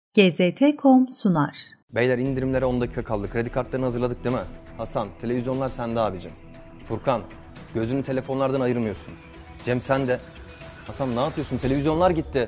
GZT.com sunar. Beyler indirimlere 10 dakika kaldı. Kredi kartlarını hazırladık değil mi? Hasan, televizyonlar sende abicim. Furkan, gözünü telefonlardan ayırmıyorsun. Cem sen de. Hasan ne yapıyorsun? Televizyonlar gitti.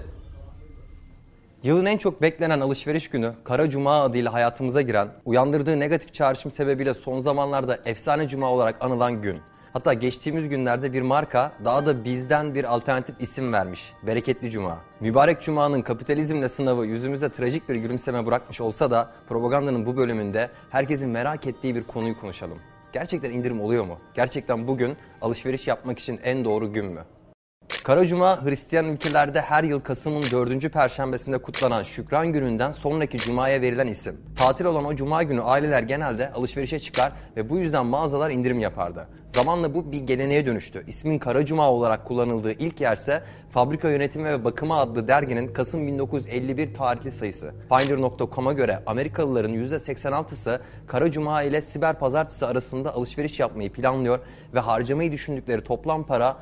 Yılın en çok beklenen alışveriş günü Kara Cuma adıyla hayatımıza giren, uyandırdığı negatif çağrışım sebebiyle son zamanlarda efsane cuma olarak anılan gün. Hatta geçtiğimiz günlerde bir marka daha da bizden bir alternatif isim vermiş. Bereketli Cuma. Mübarek Cuma'nın kapitalizmle sınavı yüzümüzde trajik bir gülümseme bırakmış olsa da propagandanın bu bölümünde herkesin merak ettiği bir konuyu konuşalım. Gerçekten indirim oluyor mu? Gerçekten bugün alışveriş yapmak için en doğru gün mü? Kara Cuma, Hristiyan ülkelerde her yıl Kasım'ın 4. Perşembesinde kutlanan Şükran Günü'nden sonraki Cuma'ya verilen isim. Tatil olan o Cuma günü aileler genelde alışverişe çıkar ve bu yüzden mağazalar indirim yapardı. Zamanla bu bir geleneğe dönüştü. İsmin Kara Cuma olarak kullanıldığı ilk yerse Fabrika Yönetimi ve Bakımı adlı derginin Kasım 1951 tarihli sayısı. Finder.com'a göre Amerikalıların %86'sı Kara Cuma ile Siber Pazartesi arasında alışveriş yapmayı planlıyor ve harcamayı düşündükleri toplam para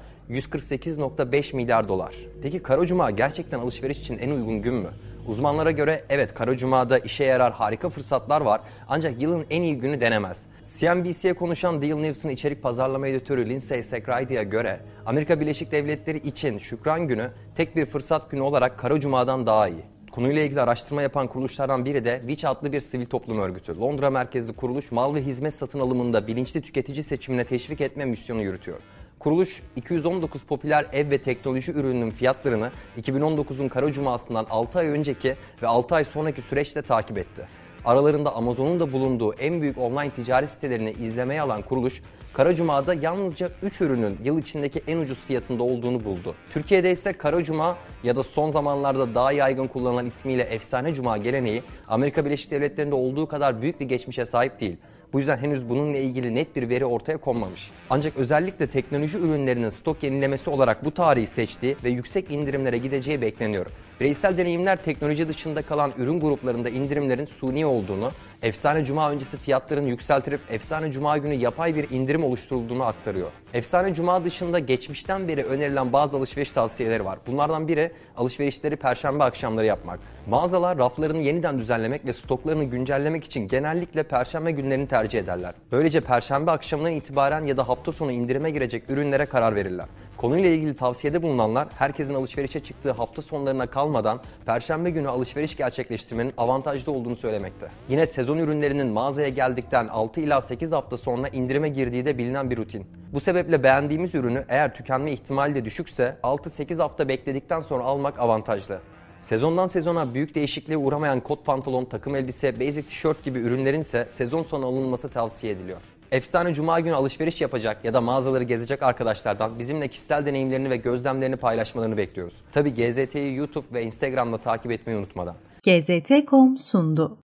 148,5 milyar dolar. Peki Kara Cuma gerçekten alışveriş için en uygun gün mü? Uzmanlara göre evet, Kara Cuma'da işe yarar harika fırsatlar var ancak yılın en iyi günü denemez. CNBC'ye konuşan Deal News'un içerik pazarlama editörü Lindsay Secride'ye göre Amerika Birleşik Devletleri için Şükran Günü tek bir fırsat günü olarak Kara Cuma'dan daha iyi. Konuyla ilgili araştırma yapan kuruluşlardan biri de Which adlı bir sivil toplum örgütü. Londra merkezli kuruluş mal ve hizmet satın alımında bilinçli tüketici seçimine teşvik etme misyonu yürütüyor. Kuruluş 219 popüler ev ve teknoloji ürününün fiyatlarını 2019'un Kara Cuma'sından 6 ay önceki ve 6 ay sonraki süreçte takip etti. Aralarında Amazon'un da bulunduğu en büyük online ticaret sitelerini izlemeye alan kuruluş, Kara Cuma'da yalnızca 3 ürünün yıl içindeki en ucuz fiyatında olduğunu buldu. Türkiye'de ise Kara Cuma ya da son zamanlarda daha yaygın kullanılan ismiyle Efsane Cuma geleneği Amerika Birleşik Devletleri'nde olduğu kadar büyük bir geçmişe sahip değil. Bu yüzden henüz bununla ilgili net bir veri ortaya konmamış. Ancak özellikle teknoloji ürünlerinin stok yenilemesi olarak bu tarihi seçtiği ve yüksek indirimlere gideceği bekleniyor. Bireysel deneyimler teknoloji dışında kalan ürün gruplarında indirimlerin suni olduğunu, Efsane Cuma öncesi fiyatların yükseltilip Efsane Cuma günü yapay bir indirim oluşturulduğunu aktarıyor. Efsane Cuma dışında geçmişten beri önerilen bazı alışveriş tavsiyeleri var. Bunlardan biri alışverişleri Perşembe akşamları yapmak. Mağazalar raflarını yeniden düzenlemek ve stoklarını güncellemek için genellikle Perşembe günlerini tercih ederler. Böylece Perşembe akşamından itibaren ya da hafta sonu indirime girecek ürünlere karar verirler. Konuyla ilgili tavsiyede bulunanlar herkesin alışverişe çıktığı hafta sonlarına kalmadan Perşembe günü alışveriş gerçekleştirmenin avantajlı olduğunu söylemekte. Yine sezon ürünlerinin mağazaya geldikten 6 ila 8 hafta sonra indirime girdiği de bilinen bir rutin. Bu sebeple beğendiğimiz ürünü eğer tükenme ihtimali de düşükse 6-8 hafta bekledikten sonra almak avantajlı. Sezondan sezona büyük değişikliğe uğramayan kot pantolon, takım elbise, basic tişört gibi ürünlerin ise sezon sonu alınması tavsiye ediliyor. Efsane Cuma günü alışveriş yapacak ya da mağazaları gezecek arkadaşlardan bizimle kişisel deneyimlerini ve gözlemlerini paylaşmalarını bekliyoruz. Tabii GZT'yi YouTube ve Instagram'da takip etmeyi unutmadan. GZT.com sundu.